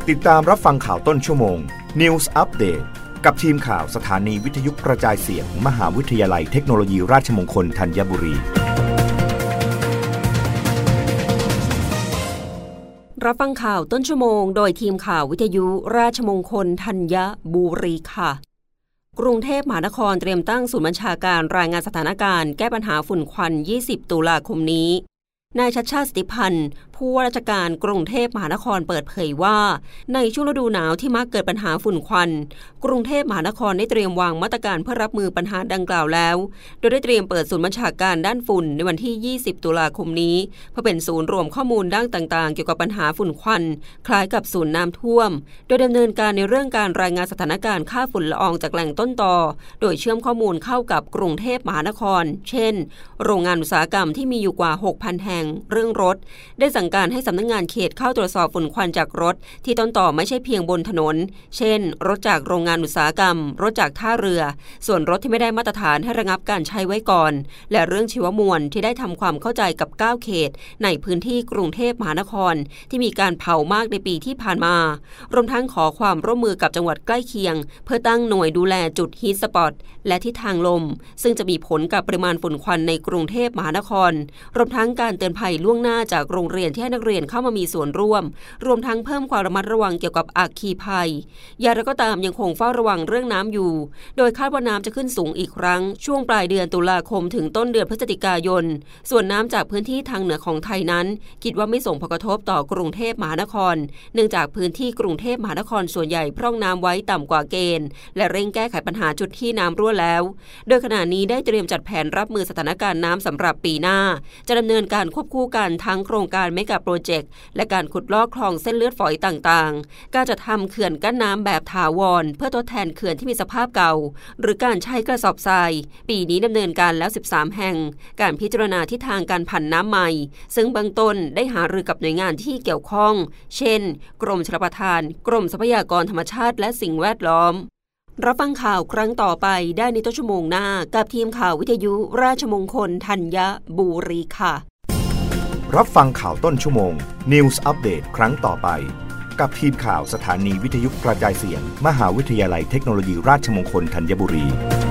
ติดตามรับฟังข่าวต้นชั่วโมง News Update กับทีมข่าวสถานีวิทยุกระจายเสียง มหาวิทยาลัยเทคโนโลยีราชมงคลธัญบุรีรับฟังข่าวต้นชั่วโมงโดยทีมข่าววิทยุราชมงคลธัญบุรีค่ะกรุงเทพมหานครเตรียมตั้งศูนย์บัญชาการรายงานสถานการณ์แก้ปัญหาฝุ่นควัน20ตุลาคมนี้นายชัชชาติ สิทธิพันธ์ผู้ว่าราชการกรุงเทพมหานครเปิดเผยว่าในช่วงฤดูหนาวที่มักเกิดปัญหาฝุ่นควันกรุงเทพมหานครได้เตรียมวางมาตรการเพื่อรับมือปัญหาดังกล่าวแล้วโดยได้เตรียมเปิดศูนย์บัญชาการด้านฝุ่นในวันที่20ตุลาคมนี้เพื่อเป็นศูนย์รวมข้อมูลด้านต่างๆเกี่ยวกับปัญหาฝุ่นควันคล้ายกับศูนย์น้ำท่วมโดยดำเนินการในเรื่องการรายงานสถานการณ์ค่าฝุ่นละอองจากแหล่งต้นตอโดยเชื่อมข้อมูลเข้ากับกรุงเทพมหานครเช่นโรงงานอุตสาหกรรมที่มีอยู่กว่า 6,000 แห่งเรื่องรถได้สั่งการให้สำนักงานเขตเข้าตรวจสอบฝุ่นควันจากรถที่ต้นต่อไม่ใช่เพียงบนถนนเช่นรถจากโรงงานอุตสาหกรรมรถจากท่าเรือส่วนรถที่ไม่ได้มาตรฐานให้ระงับการใช้ไว้ก่อนและเรื่องชีวมวลที่ได้ทำความเข้าใจกับ9เขตในพื้นที่กรุงเทพมหานครที่มีการเผามากในปีที่ผ่านมารวมทั้งขอความร่วมมือกับจังหวัดใกล้เคียงเพื่อตั้งหน่วยดูแลจุดฮีทสปอตและทิศทางลมซึ่งจะมีผลกับปริมาณฝุ่นควันในกรุงเทพมหานครรวมทั้งการเตือนภัยล่วงหน้าจากโรงเรียนที่ให้นักเรียนเข้ามามีส่วนร่วมรวมทั้งเพิ่มความระมัดระวังเกี่ยวกับอัคคีภัยอย่างไรก็ตามยังคงเฝ้าระวังเรื่องน้ำอยู่โดยคาดว่าน้ำจะขึ้นสูงอีกครั้งช่วงปลายเดือนตุลาคมถึงต้นเดือนพฤศจิกายนส่วนน้ำจากพื้นที่ทางเหนือของไทยนั้นคิดว่าไม่ส่งผลกระทบต่อกรุงเทพมหานครเนื่องจากพื้นที่กรุงเทพมหานครส่วนใหญ่พร่องน้ำไว้ต่ำกว่าเกณฑ์และเร่งแก้ไขปัญหาจุดที่น้ำรั่วแล้วโดยขณะนี้ได้เตรียมจัดแผนรับมือสถานการณ์น้ำสำหรับปีหน้าจะดำเนินการควบคู่กันทั้งโครงการเมกะโปรเจกต์และการขุดลอกคลองเส้นเลือดฝอยต่างๆการจะทำเขื่อนกั้นน้ำแบบถาวรเพื่อทดแทนเขื่อนที่มีสภาพเก่าหรือการใช้กระสอบทรายปีนี้ดำเนินการแล้ว13แห่งการพิจารณาทิศทางการผันน้ำใหม่ซึ่งเบื้องต้นได้หารือกับหน่วยงานที่เกี่ยวข้องเช่นกรมชลประทานกรมทรัพยากรธรรมชาติและสิ่งแวดล้อมรับฟังข่าวครั้งต่อไปได้ในต้นชั่วโมงหน้ากับทีมข่าววิทยุราชมงคลธัญบุรีค่ะรับฟังข่าวต้นชั่วโมง News Update ครั้งต่อไปกับทีมข่าวสถานีวิทยุกระจายเสียง มหาวิทยาลัยเทคโนโลยีราชมงคลธัญบุรี